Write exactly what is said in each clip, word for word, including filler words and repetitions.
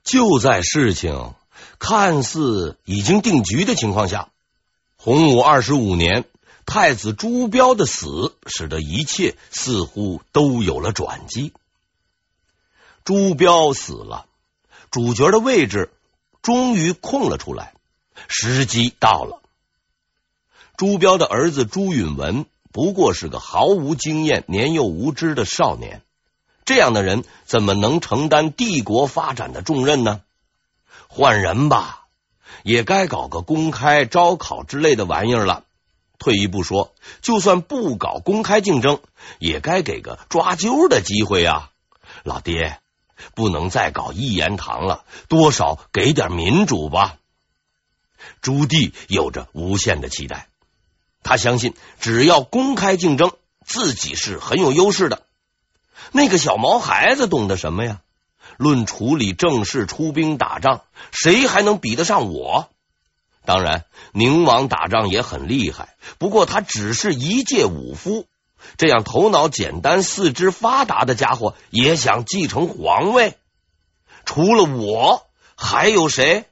就在事情看似已经定局的情况下，洪武二十五年，太子朱标的死使得一切似乎都有了转机。朱标死了，主角的位置终于空了出来，时机到了。朱标的儿子朱允文不过是个毫无经验、年幼无知的少年，这样的人怎么能承担帝国发展的重任呢？换人吧，也该搞个公开招考之类的玩意儿了。退一步说，就算不搞公开竞争，也该给个抓阄的机会啊！老爹，不能再搞一言堂了，多少给点民主吧。朱棣有着无限的期待，他相信只要公开竞争，自己是很有优势的。那个小毛孩子懂得什么呀？论处理政事、出兵打仗，谁还能比得上我？当然，宁王打仗也很厉害，不过他只是一介武夫，这样头脑简单、四肢发达的家伙也想继承皇位？除了我，还有谁？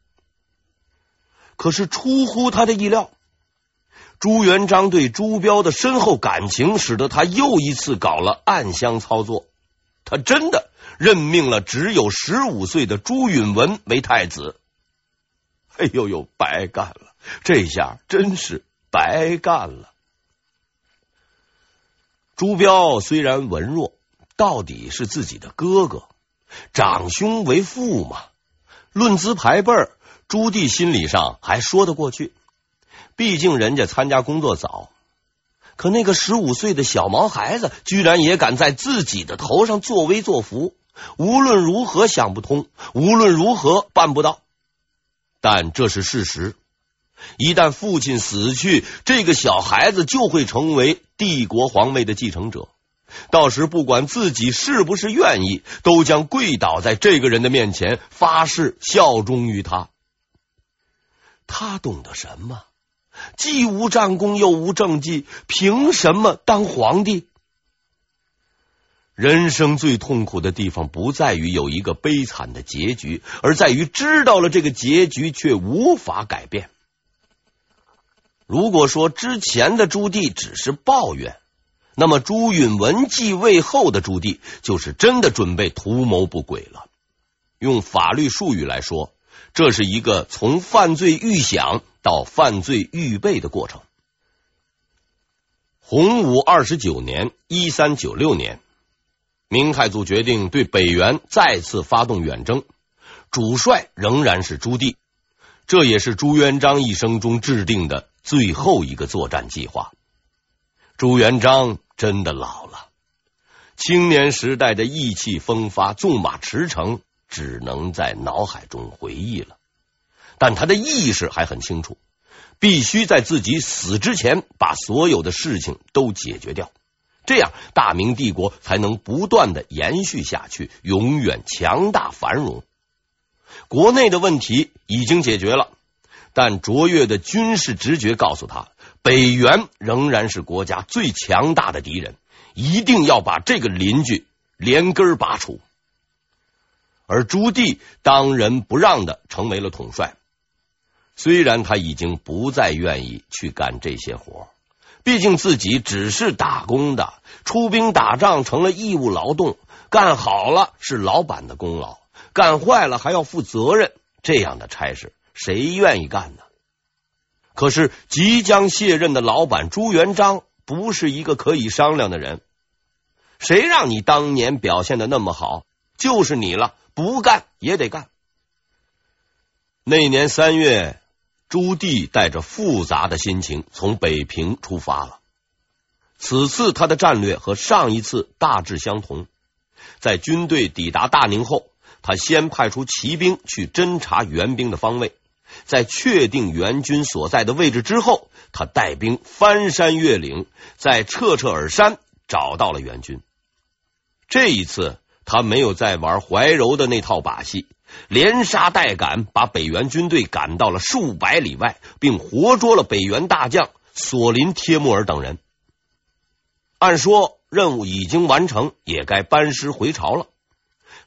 可是出乎他的意料，朱元璋对朱标的深厚感情使得他又一次搞了暗箱操作，他真的任命了只有十五岁的朱允文为太子。哎呦呦，白干了，这下真是白干了。朱标虽然文弱，到底是自己的哥哥，长兄为父嘛，论资排辈儿，朱棣心理上还说得过去，毕竟人家参加工作早。可那个十五岁的小毛孩子居然也敢在自己的头上作威作福，无论如何想不通，无论如何办不到。但这是事实，一旦父亲死去，这个小孩子就会成为帝国皇位的继承者，到时不管自己是不是愿意，都将跪倒在这个人的面前，发誓效忠于他。他懂得什么？既无战功又无政绩，凭什么当皇帝？人生最痛苦的地方不在于有一个悲惨的结局，而在于知道了这个结局却无法改变。如果说之前的朱棣只是抱怨，那么朱允文继位后的朱棣就是真的准备图谋不轨了。用法律术语来说，这是一个从犯罪预想到犯罪预备的过程。洪武二十九年一三九六年，明太祖决定对北元再次发动远征，主帅仍然是朱棣，这也是朱元璋一生中制定的最后一个作战计划。朱元璋真的老了，青年时代的意气风发、纵马驰骋只能在脑海中回忆了，但他的意识还很清楚，必须在自己死之前把所有的事情都解决掉，这样大明帝国才能不断的延续下去，永远强大繁荣。国内的问题已经解决了，但卓越的军事直觉告诉他，北元仍然是国家最强大的敌人，一定要把这个邻居连根拔除。而朱棣当仁不让的成为了统帅，虽然他已经不再愿意去干这些活，毕竟自己只是打工的，出兵打仗成了义务劳动，干好了是老板的功劳，干坏了还要负责任，这样的差事谁愿意干呢？可是即将卸任的老板朱元璋不是一个可以商量的人，谁让你当年表现的那么好，就是你了，不干也得干。那年三月，朱棣带着复杂的心情从北平出发了。此次他的战略和上一次大致相同，在军队抵达大宁后，他先派出骑兵去侦察援兵的方位，在确定援军所在的位置之后，他带兵翻山越岭，在彻彻尔山找到了援军。这一次他没有再玩怀柔的那套把戏，连杀带赶，把北元军队赶到了数百里外，并活捉了北元大将索林、帖木儿等人。按说任务已经完成，也该班师回朝了。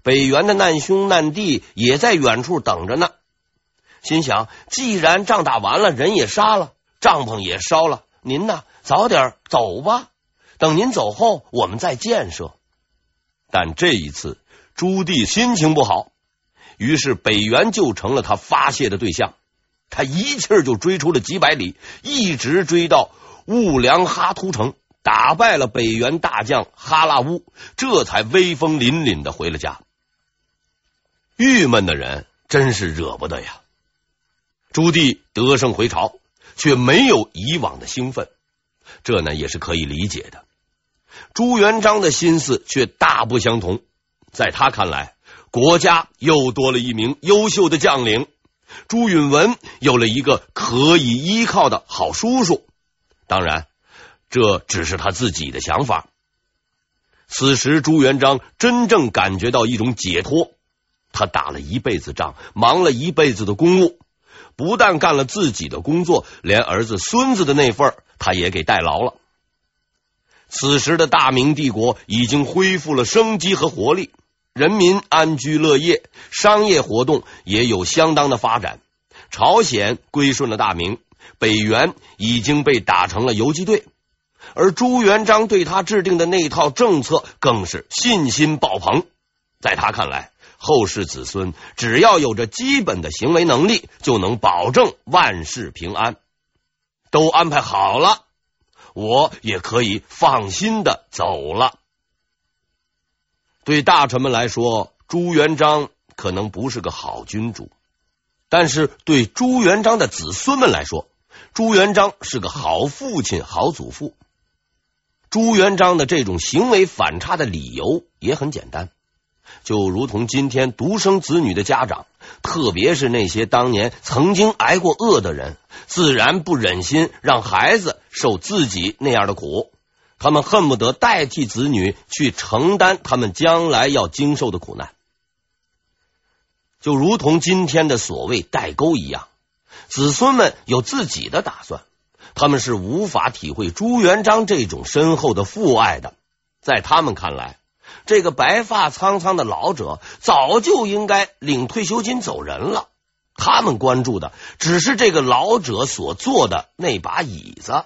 北元的难兄难弟也在远处等着呢，心想既然仗打完了，人也杀了，帐篷也烧了，您呢早点走吧，等您走后我们再建设。但这一次朱棣心情不好，于是北元就成了他发泄的对象。他一气儿就追出了几百里，一直追到兀良哈图城，打败了北元大将哈拉乌，这才威风凛凛的回了家。郁闷的人真是惹不得呀。朱棣得胜回朝，却没有以往的兴奋，这呢也是可以理解的。朱元璋的心思却大不相同，在他看来，国家又多了一名优秀的将领，朱允炆有了一个可以依靠的好叔叔。当然，这只是他自己的想法。此时朱元璋真正感觉到一种解脱，他打了一辈子仗，忙了一辈子的公务，不但干了自己的工作，连儿子孙子的那份他也给代劳了。此时的大明帝国已经恢复了生机和活力，人民安居乐业，商业活动也有相当的发展。朝鲜归顺了大明，北元已经被打成了游击队，而朱元璋对他制定的那套政策更是信心爆棚。在他看来，后世子孙只要有着基本的行为能力，就能保证万事平安。都安排好了，我也可以放心的走了。对大臣们来说，朱元璋可能不是个好君主，但是对朱元璋的子孙们来说，朱元璋是个好父亲、好祖父。朱元璋的这种行为反差的理由也很简单，就如同今天独生子女的家长，特别是那些当年曾经挨过饿的人，自然不忍心让孩子受自己那样的苦，他们恨不得代替子女去承担他们将来要经受的苦难。就如同今天的所谓代沟一样，子孙们有自己的打算，他们是无法体会朱元璋这种深厚的父爱的。在他们看来，这个白发苍苍的老者早就应该领退休金走人了，他们关注的只是这个老者所坐的那把椅子。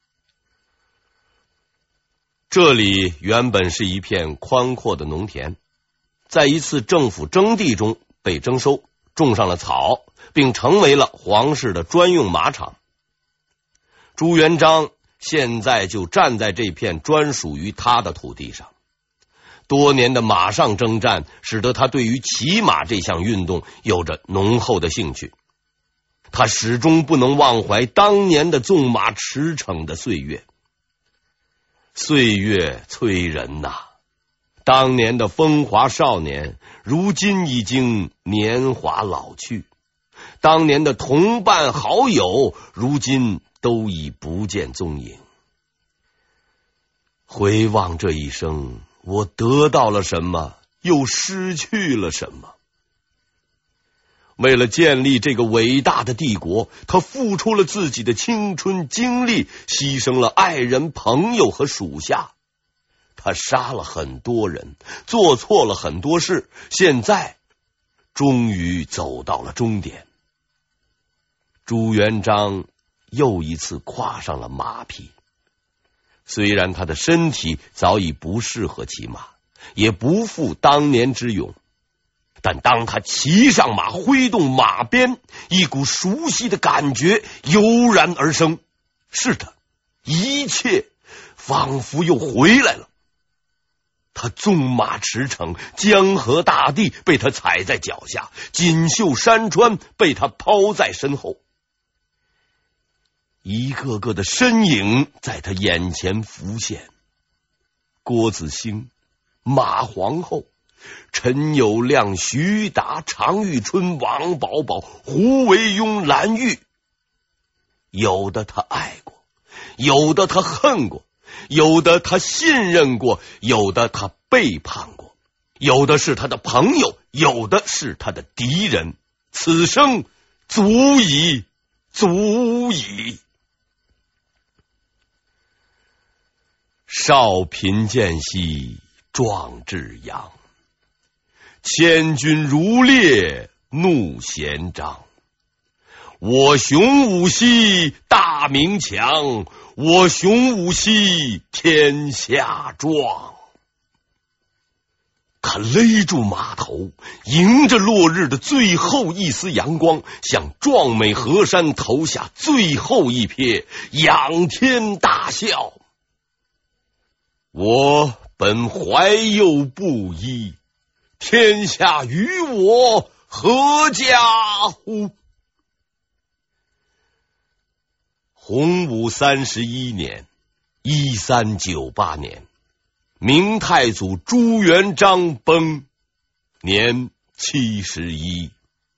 这里原本是一片宽阔的农田，在一次政府征地中被征收，种上了草，并成为了皇室的专用马场。朱元璋现在就站在这片专属于他的土地上，多年的马上征战使得他对于骑马这项运动有着浓厚的兴趣。他始终不能忘怀当年的纵马驰骋的岁月。岁月催人呐，当年的风华少年，如今已经年华老去；当年的同伴好友，如今都已不见踪影。回望这一生，我得到了什么，又失去了什么？为了建立这个伟大的帝国，他付出了自己的青春精力，牺牲了爱人、朋友和属下。他杀了很多人，做错了很多事，现在终于走到了终点。朱元璋又一次跨上了马匹，虽然他的身体早已不适合骑马，也不复当年之勇，但当他骑上马，挥动马鞭，一股熟悉的感觉油然而生。是的，一切仿佛又回来了。他纵马驰骋，江河大地被他踩在脚下，锦绣山川被他抛在身后，一个个的身影在他眼前浮现。郭子兴、马皇后、陈友谅、徐达、常遇春、王保保、胡惟庸、蓝玉，有的他爱过，有的他恨过，有的他信任过，有的他背叛过，有的是他的朋友，有的是他的敌人。此生足矣，足矣。少贫贱兮壮志扬， 千军如猎，怒衔章。我雄武兮大明强，我雄武兮天下壮。他勒住马头，迎着落日的最后一丝阳光，向壮美河山投下最后一瞥，仰天大笑。我本怀幼不依，天下与我何家乎？洪武三十一年，一三九八年，明太祖朱元璋崩，年七十一。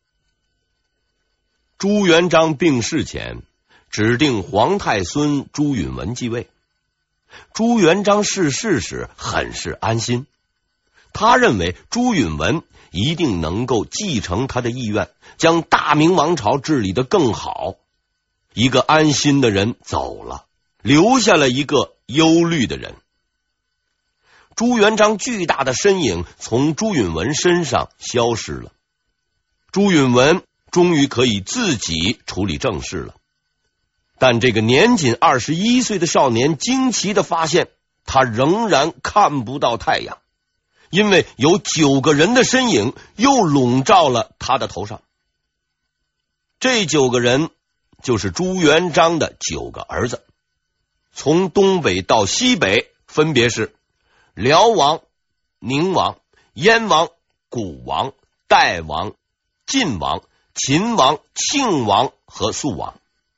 朱元璋病逝前，指定皇太孙朱允文继位。朱元璋逝世时很是安心，他认为朱允文一定能够继承他的意愿，将大明王朝治理得更好。一个安心的人走了，留下了一个忧虑的人。朱元璋巨大的身影从朱允文身上消失了，朱允文终于可以自己处理政事了。但这个年仅二十一岁的少年惊奇地发现，他仍然看不到太阳，因为有九个人的身影又笼罩了他的头上。这九个人就是朱元璋的九个儿子，从东北到西北分别是辽王、宁王、燕王、古王、代王、晋王、秦王、庆王和肃王。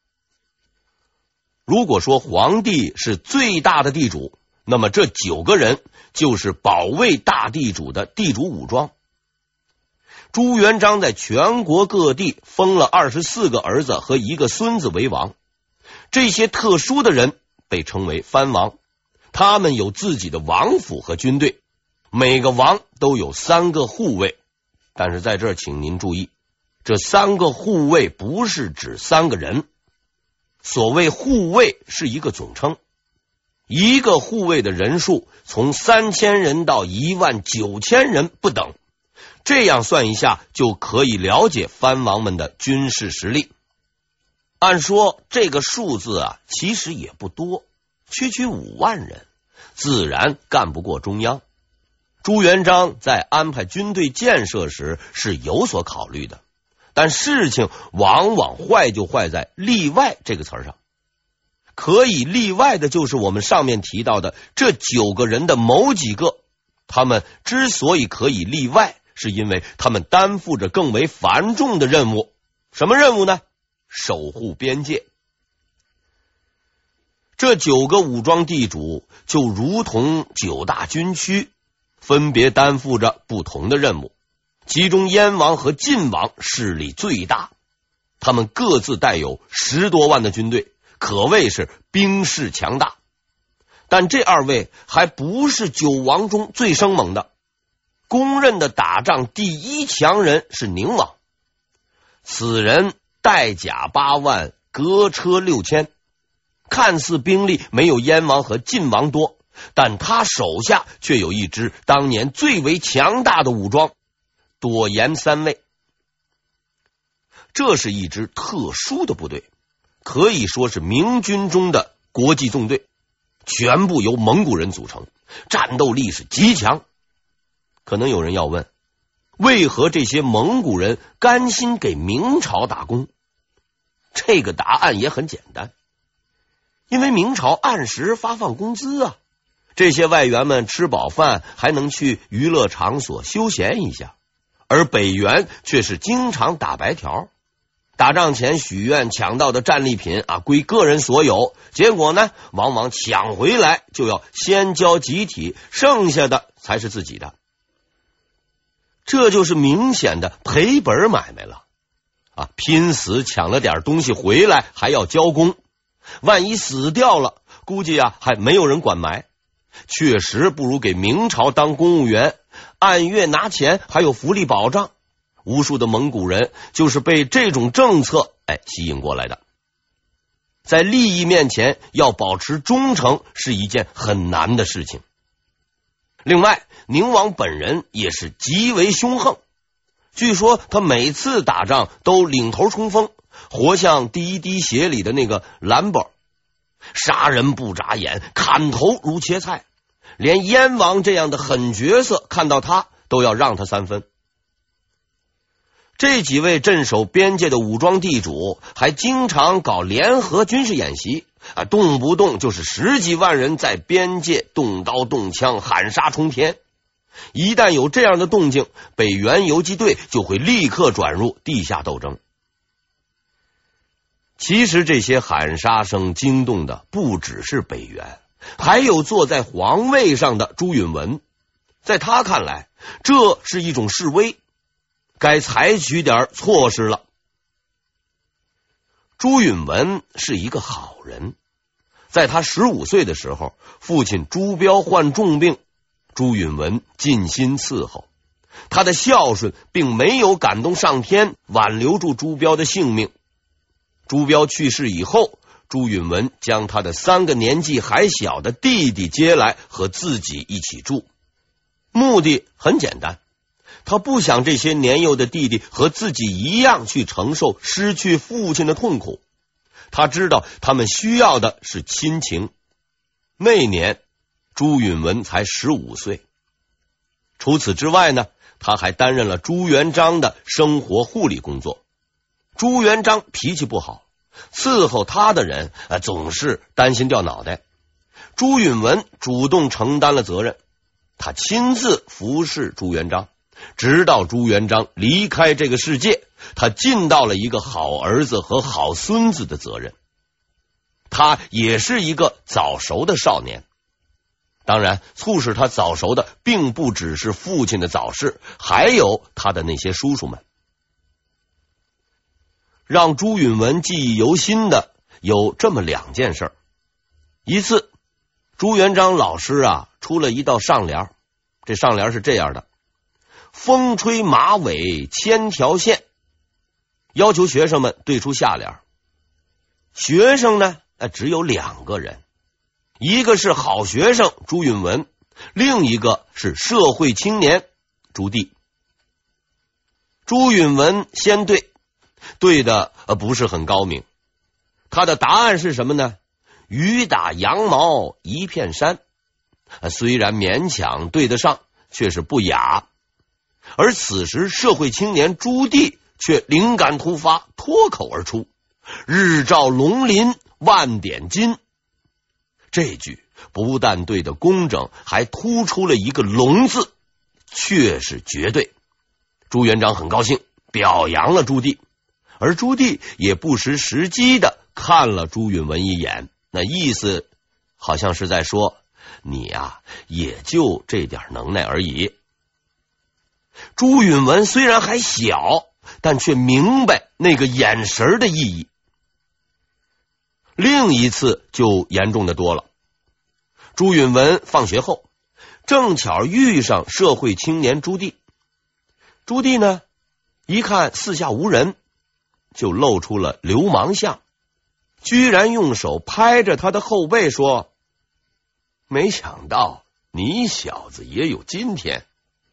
如果说皇帝是最大的地主，那么这九个人就是保卫大地主的地主武装。朱元璋在全国各地封了二十四个儿子和一个孙子为王，这些特殊的人被称为藩王，他们有自己的王府和军队，每个王都有三个护卫。但是在这儿请您注意，这三个护卫不是指三个人，所谓护卫是一个总称，一个护卫的人数从三千人到一万九千人不等，这样算一下就可以了解藩王们的军事实力。按说这个数字啊，其实也不多，区区五万人，自然干不过中央。朱元璋在安排军队建设时是有所考虑的，但事情往往坏就坏在例外这个词上。可以例外的就是我们上面提到的这九个人的某几个，他们之所以可以例外，是因为他们担负着更为繁重的任务。什么任务呢？守护边界。这九个武装地主就如同九大军区，分别担负着不同的任务。其中燕王和晋王势力最大，他们各自带有十多万的军队，可谓是兵势强大。但这二位还不是九王中最生猛的，公认的打仗第一强人是宁王。此人带甲八万，革车六千，看似兵力没有燕王和晋王多，但他手下却有一支当年最为强大的武装——朵颜三卫。这是一支特殊的部队，可以说是明军中的国际纵队，全部由蒙古人组成，战斗力是极强。可能有人要问，为何这些蒙古人甘心给明朝打工？这个答案也很简单，因为明朝按时发放工资啊，这些外援们吃饱饭还能去娱乐场所休闲一下，而北元却是经常打白条，打仗前许愿抢到的战利品啊归个人所有，结果呢往往抢回来就要先交集体，剩下的才是自己的。这就是明显的赔本买卖了啊！拼死抢了点东西回来还要交工，万一死掉了，估计啊还没有人管埋。确实不如给明朝当公务员，按月拿钱，还有福利保障。无数的蒙古人就是被这种政策哎吸引过来的。在利益面前要保持忠诚是一件很难的事情。 另外，宁王本人也是极为凶横，据说他每次打仗都领头冲锋，活像第一滴血里的那个兰博，杀人不眨眼，砍头如切菜，连燕王这样的狠角色看到他都要让他三分。这几位镇守边界的武装地主还经常搞联合军事演习啊，动不动就是十几万人在边界动刀动枪，喊杀冲天。一旦有这样的动静，北原游击队就会立刻转入地下斗争。其实这些喊杀声惊动的不只是北原，还有坐在皇位上的朱允炆。在他看来，这是一种示威，该采取点措施了。朱允炆是一个好人，在他十五岁的时候，父亲朱标患重病，朱允炆尽心伺候。他的孝顺并没有感动上天，挽留住朱标的性命。朱标去世以后，朱允炆将他的三个年纪还小的弟弟接来和自己一起住，目的很简单，他不想这些年幼的弟弟和自己一样去承受失去父亲的痛苦，他知道他们需要的是亲情。那年朱允炆才十五岁。除此之外呢，他还担任了朱元璋的生活护理工作。朱元璋脾气不好，伺候他的人、呃、总是担心掉脑袋。朱允炆主动承担了责任，他亲自服侍朱元璋，直到朱元璋离开这个世界，他尽到了一个好儿子和好孙子的责任。他也是一个早熟的少年。当然，促使他早熟的并不只是父亲的早逝，还有他的那些叔叔们。让朱允炆记忆犹新的有这么两件事。一次，朱元璋老师啊出了一道上联，这上联是这样的：风吹马尾千条线，要求学生们对出下联。学生呢只有两个人，一个是好学生朱允炆，另一个是社会青年朱棣。朱允炆先对，对的不是很高明。他的答案是什么呢？雨打羊毛一片山，虽然勉强对得上，却是不雅。而此时社会青年朱棣却灵感突发，脱口而出：日照龙鳞万点金。这句不但对得工整，还突出了一个龙字，确是绝对。朱元璋很高兴，表扬了朱棣，而朱棣也不失时机的看了朱允炆一眼，那意思好像是在说，你啊也就这点能耐而已。朱允炆虽然还小，但却明白那个眼神的意义。另一次就严重的多了。朱允炆放学后，正巧遇上社会青年朱棣。朱棣呢，一看四下无人，就露出了流氓相，居然用手拍着他的后背说：没想到你小子也有今天。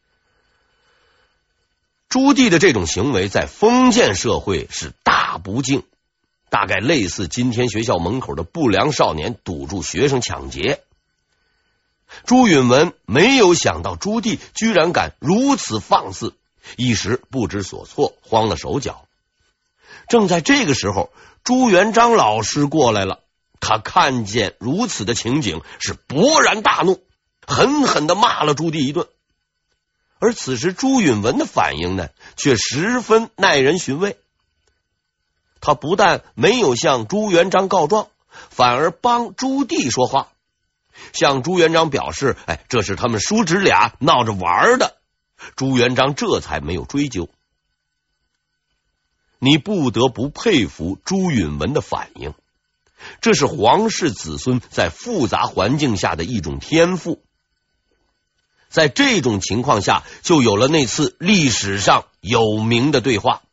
朱棣的这种行为在封建社会是大不敬，大概类似今天学校门口的不良少年堵住学生抢劫。朱允炆没有想到朱棣居然敢如此放肆，一时不知所措，慌了手脚。正在这个时候，朱元璋老师过来了，他看见如此的情景，是勃然大怒，狠狠地骂了朱棣一顿。而此时朱允炆的反应呢，却十分耐人寻味。他不但没有向朱元璋告状，反而帮朱棣说话，向朱元璋表示，哎，这是他们叔侄俩闹着玩的。朱元璋这才没有追究。你不得不佩服朱允炆的反应，这是皇室子孙在复杂环境下的一种天赋。在这种情况下，就有了那次历史上有名的对话。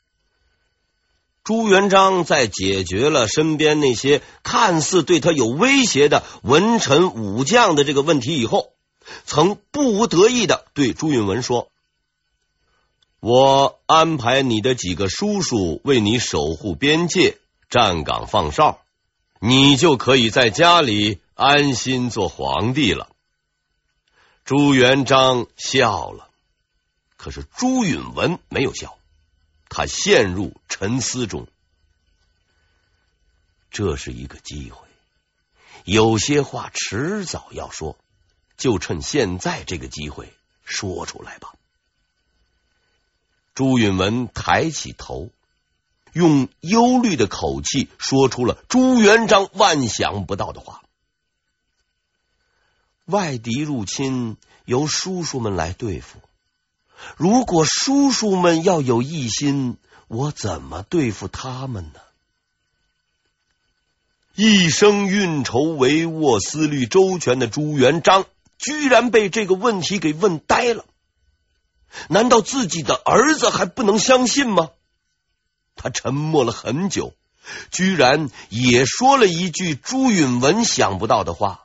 朱元璋在解决了身边那些看似对他有威胁的文臣武将的这个问题以后， 曾不无得意的对朱允文说：我安排你的几个叔叔为你守护边界，站岗放哨，你就可以在家里安心做皇帝了。朱元璋笑了，可是朱允文没有笑，他陷入沉思中。这是一个机会，有些话迟早要说，就趁现在这个机会说出来吧。朱允文抬起头，用忧虑的口气说出了朱元璋万想不到的话：外敌入侵由叔叔们来对付，如果叔叔们要有异心，我怎么对付他们呢？一生运筹帷幄、思虑周全的朱元璋居然被这个问题给问呆了。难道自己的儿子还不能相信吗？他沉默了很久，居然也说了一句朱允文想不到的话：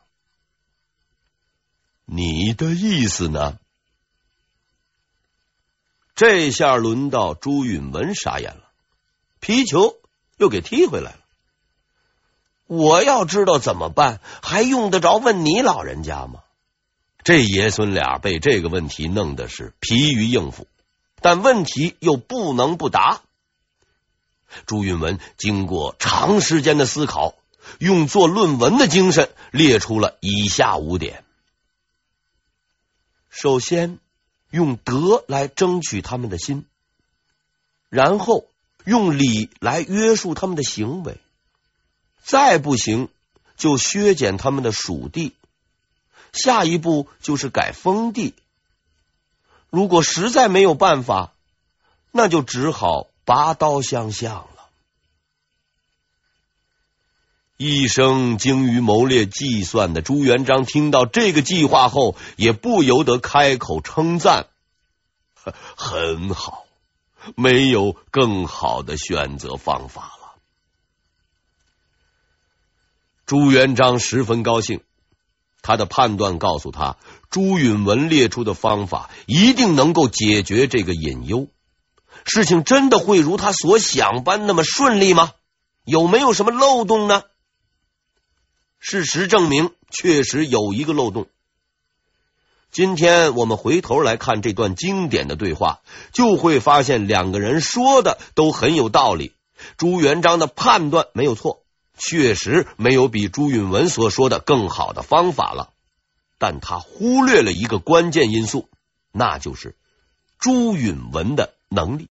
你的意思呢？这下轮到朱允文傻眼了，皮球又给踢回来了。我要知道怎么办，还用得着问你老人家吗？这爷孙俩被这个问题弄得是疲于应付，但问题又不能不答。朱允文经过长时间的思考，用做论文的精神列出了以下五点：首先，用德来争取他们的心，然后用礼来约束他们的行为，再不行就削减他们的属地，下一步就是改封地。如果实在没有办法，那就只好拔刀相向了。一生精于谋略计算的朱元璋听到这个计划后，也不由得开口称赞：很好，没有更好的选择方法了。朱元璋十分高兴，他的判断告诉他，朱允文列出的方法一定能够解决这个隐忧。事情真的会如他所想般那么顺利吗？有没有什么漏洞呢？事实证明，确实有一个漏洞。今天我们回头来看这段经典的对话，就会发现两个人说的都很有道理。朱元璋的判断没有错，确实没有比朱允文所说的更好的方法了，但他忽略了一个关键因素，那就是朱允文的能力。